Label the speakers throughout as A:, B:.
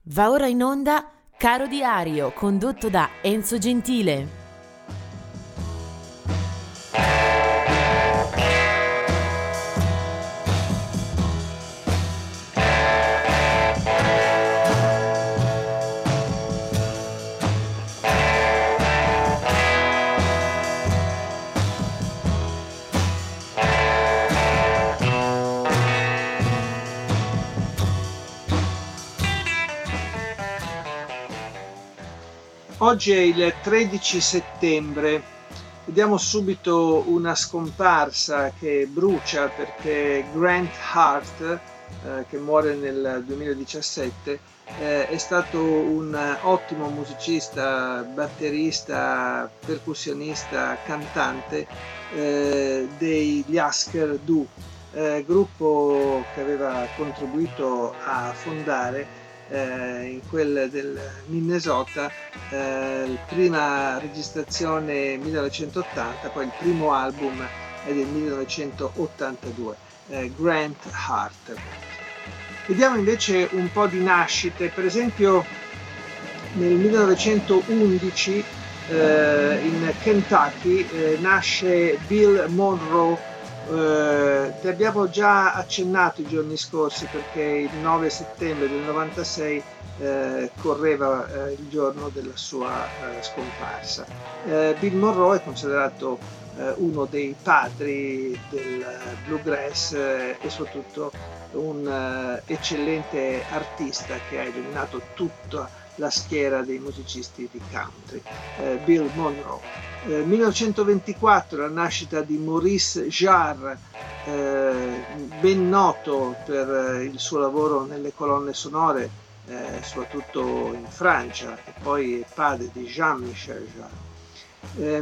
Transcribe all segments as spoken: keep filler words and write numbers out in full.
A: Va ora in onda Caro Diario, condotto da Enzo Gentile.
B: Oggi è il tredici settembre, vediamo subito una scomparsa che brucia perché Grant Hart, eh, che muore nel duemiladiciassette, eh, è stato un ottimo musicista, batterista, percussionista, cantante eh, degli Husker Du, eh, gruppo che aveva contribuito a fondare eh, in quel del Minnesota, eh, prima registrazione millenovecentottanta, poi il primo album è del millenovecentottantadue, eh, Grant Hart. Vediamo invece un po' di nascite, per esempio nel millenovecentoundici eh, in Kentucky eh, nasce Bill Monroe. Eh, ti abbiamo già accennato i giorni scorsi perché il nove settembre del novantasei eh, correva eh, il giorno della sua eh, scomparsa. Eh, Bill Monroe è considerato eh, uno dei padri del bluegrass eh, e soprattutto un eh, eccellente artista che ha illuminato tutta la schiera dei musicisti di country, eh, Bill Monroe. Eh, millenovecentoventiquattro la nascita di Maurice Jarre, eh, ben noto per il suo lavoro nelle colonne sonore, eh, soprattutto in Francia, e poi è padre di Jean-Michel Jarre. Eh,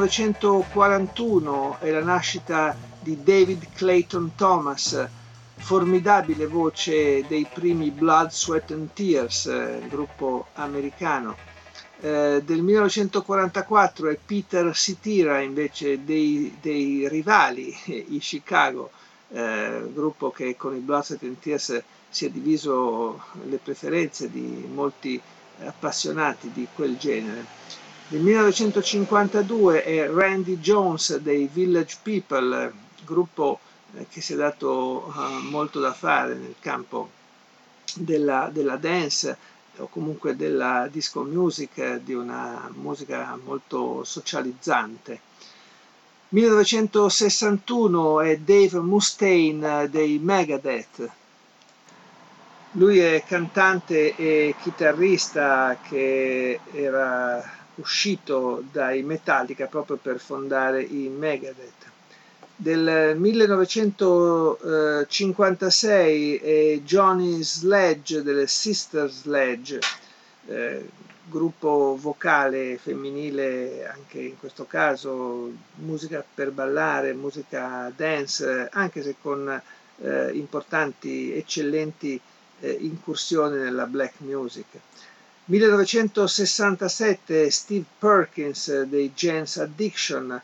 B: millenovecentoquarantuno è la nascita di David Clayton Thomas, formidabile voce dei primi Blood, Sweat and Tears, eh, gruppo americano. Eh, del millenovecentoquarantaquattro è Peter Cetera invece dei, dei rivali, i Chicago, eh, gruppo che con i Blood, Sweat and Tears si è diviso le preferenze di molti appassionati di quel genere. Nel millenovecentocinquantadue è Randy Jones dei Village People, gruppo che si è dato uh, molto da fare nel campo della, della dance o comunque della disco music, di una musica molto socializzante. millenovecentosessantuno è Dave Mustaine dei Megadeth. Lui è cantante e chitarrista che era uscito dai Metallica proprio per fondare i Megadeth. Del millenovecentocinquantasei è Johnny Sledge delle Sister Sledge, eh, gruppo vocale femminile anche in questo caso, musica per ballare, musica dance, anche se con eh, importanti, eccellenti eh, incursioni nella black music. millenovecentosessantasette Steve Perkins dei Jane's Addiction.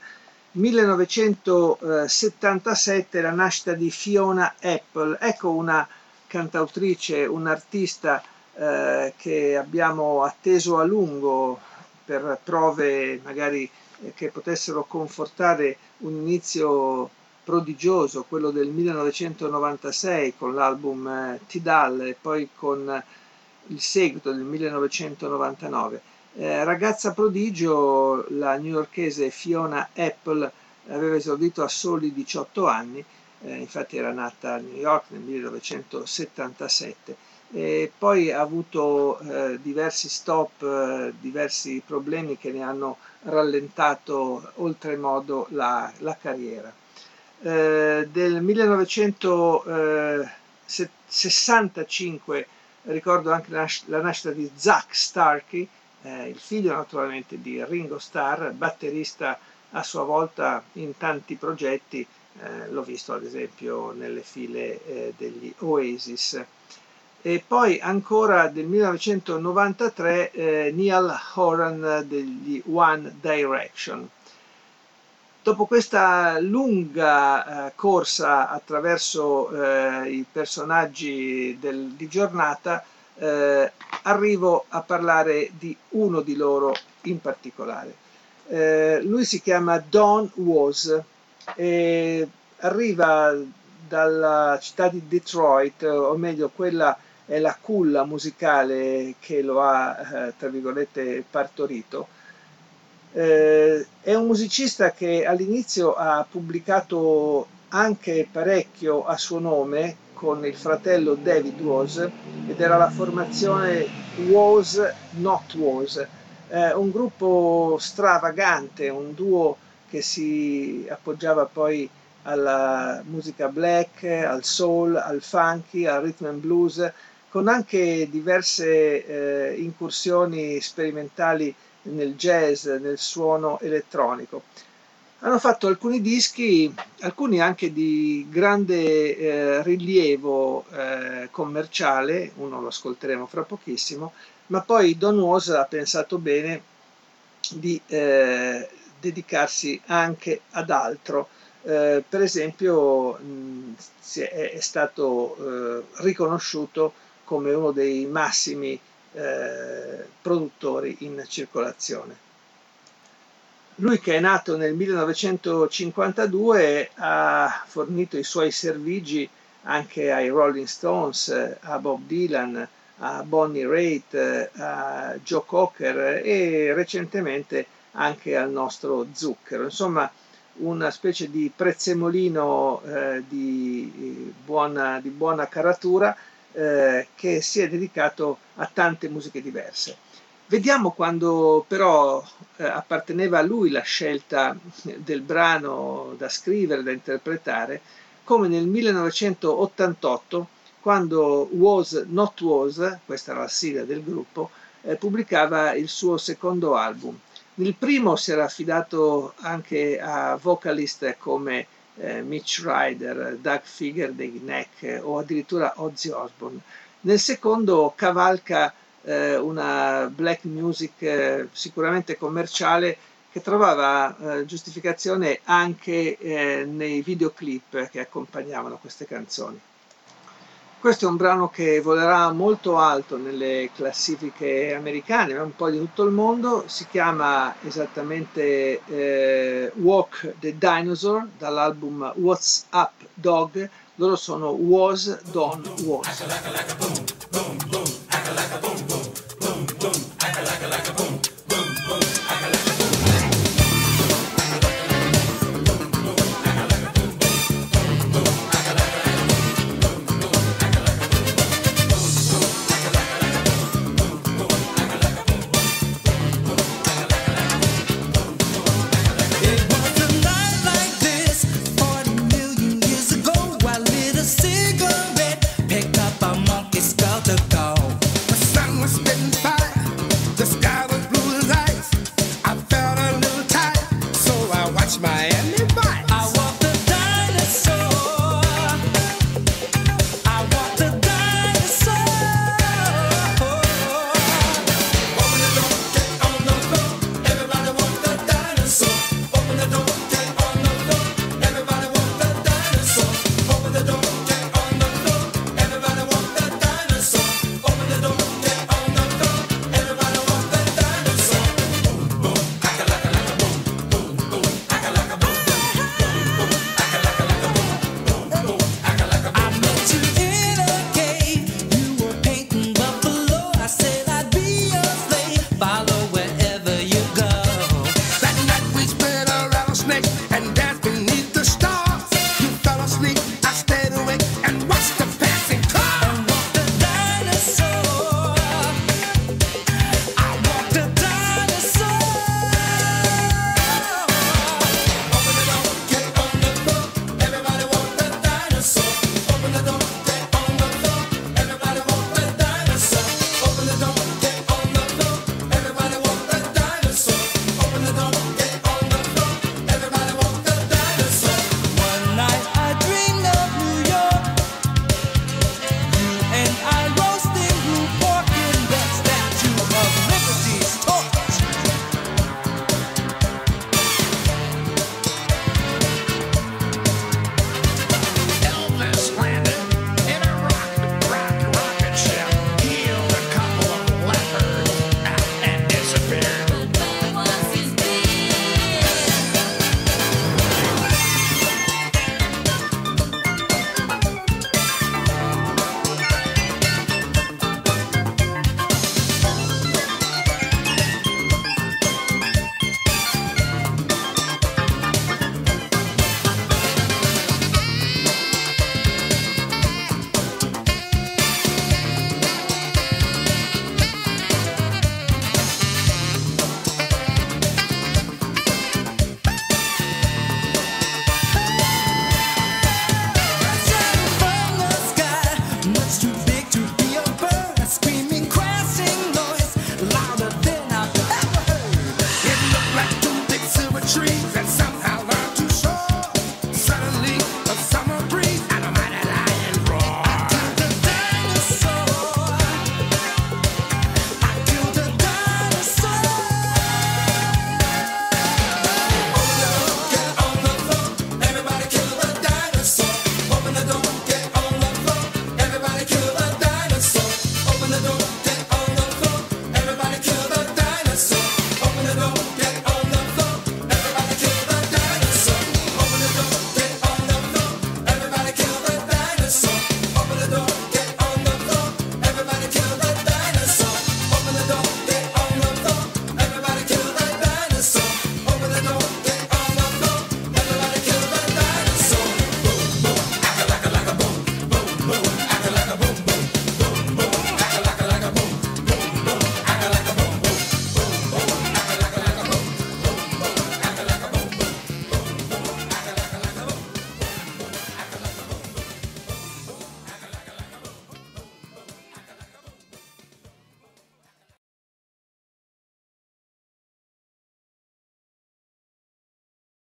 B: millenovecentosettantasette la nascita di Fiona Apple, ecco una cantautrice, un'artista eh, che abbiamo atteso a lungo per prove magari eh, che potessero confortare un inizio prodigioso, quello del millenovecentonovantasei con l'album eh, Tidal e poi con il seguito del millenovecentonovantanove. Eh, ragazza prodigio, la newyorkese Fiona Apple aveva esordito a soli diciotto anni, eh, infatti era nata a New York nel millenovecentosettantasette, e poi ha avuto eh, diversi stop, eh, diversi problemi che ne hanno rallentato oltremodo la, la carriera. Eh, del millenovecentosessantacinque ricordo anche la, la nascita di Zak Starkey, eh, il figlio naturalmente di Ringo Starr, batterista a sua volta in tanti progetti, eh, l'ho visto ad esempio nelle file eh, degli Oasis. E poi ancora del millenovecentonovantatré eh, Niall Horan degli One Direction. Dopo questa lunga eh, corsa attraverso eh, i personaggi del, di giornata, eh, arrivo a parlare di uno di loro in particolare. Eh, lui si chiama Don Was e arriva dalla città di Detroit, o meglio quella è la culla musicale che lo ha, eh, tra virgolette, partorito. Eh, è un musicista che all'inizio ha pubblicato anche parecchio a suo nome con il fratello David Was, ed era la formazione Was Not Was, eh, un gruppo stravagante, un duo che si appoggiava poi alla musica black, al soul, al funky, al rhythm and blues, con anche diverse eh, incursioni sperimentali nel jazz, nel suono elettronico. Hanno fatto alcuni dischi, alcuni anche di grande eh, rilievo eh, commerciale, uno lo ascolteremo fra pochissimo, ma poi Don Was ha pensato bene di eh, dedicarsi anche ad altro. Eh, per esempio mh, è, è stato eh, riconosciuto come uno dei massimi eh, produttori in circolazione. Lui, che è nato nel millenovecentocinquantadue, ha fornito i suoi servigi anche ai Rolling Stones, a Bob Dylan, a Bonnie Raitt, a Joe Cocker e recentemente anche al nostro Zucchero. Insomma, una specie di prezzemolino eh, di, buona, di buona caratura eh, che si è dedicato a tante musiche diverse. Vediamo quando però eh, apparteneva a lui la scelta del brano da scrivere, da interpretare, come nel millenovecentottantotto, quando Was Not Was, questa era la sigla del gruppo, eh, pubblicava il suo secondo album. Nel primo si era affidato anche a vocalist come eh, Mitch Ryder, Doug Figger dei Neck o addirittura Ozzy Osbourne. Nel secondo cavalca eh, una black music eh, sicuramente commerciale che trovava eh, giustificazione anche eh, nei videoclip che accompagnavano queste canzoni. Questo è un brano che volerà molto alto nelle classifiche americane, ma un po' di tutto il mondo. Si chiama esattamente eh, Walk the Dinosaur, dall'album What's Up Dog. Loro sono Was Don Was.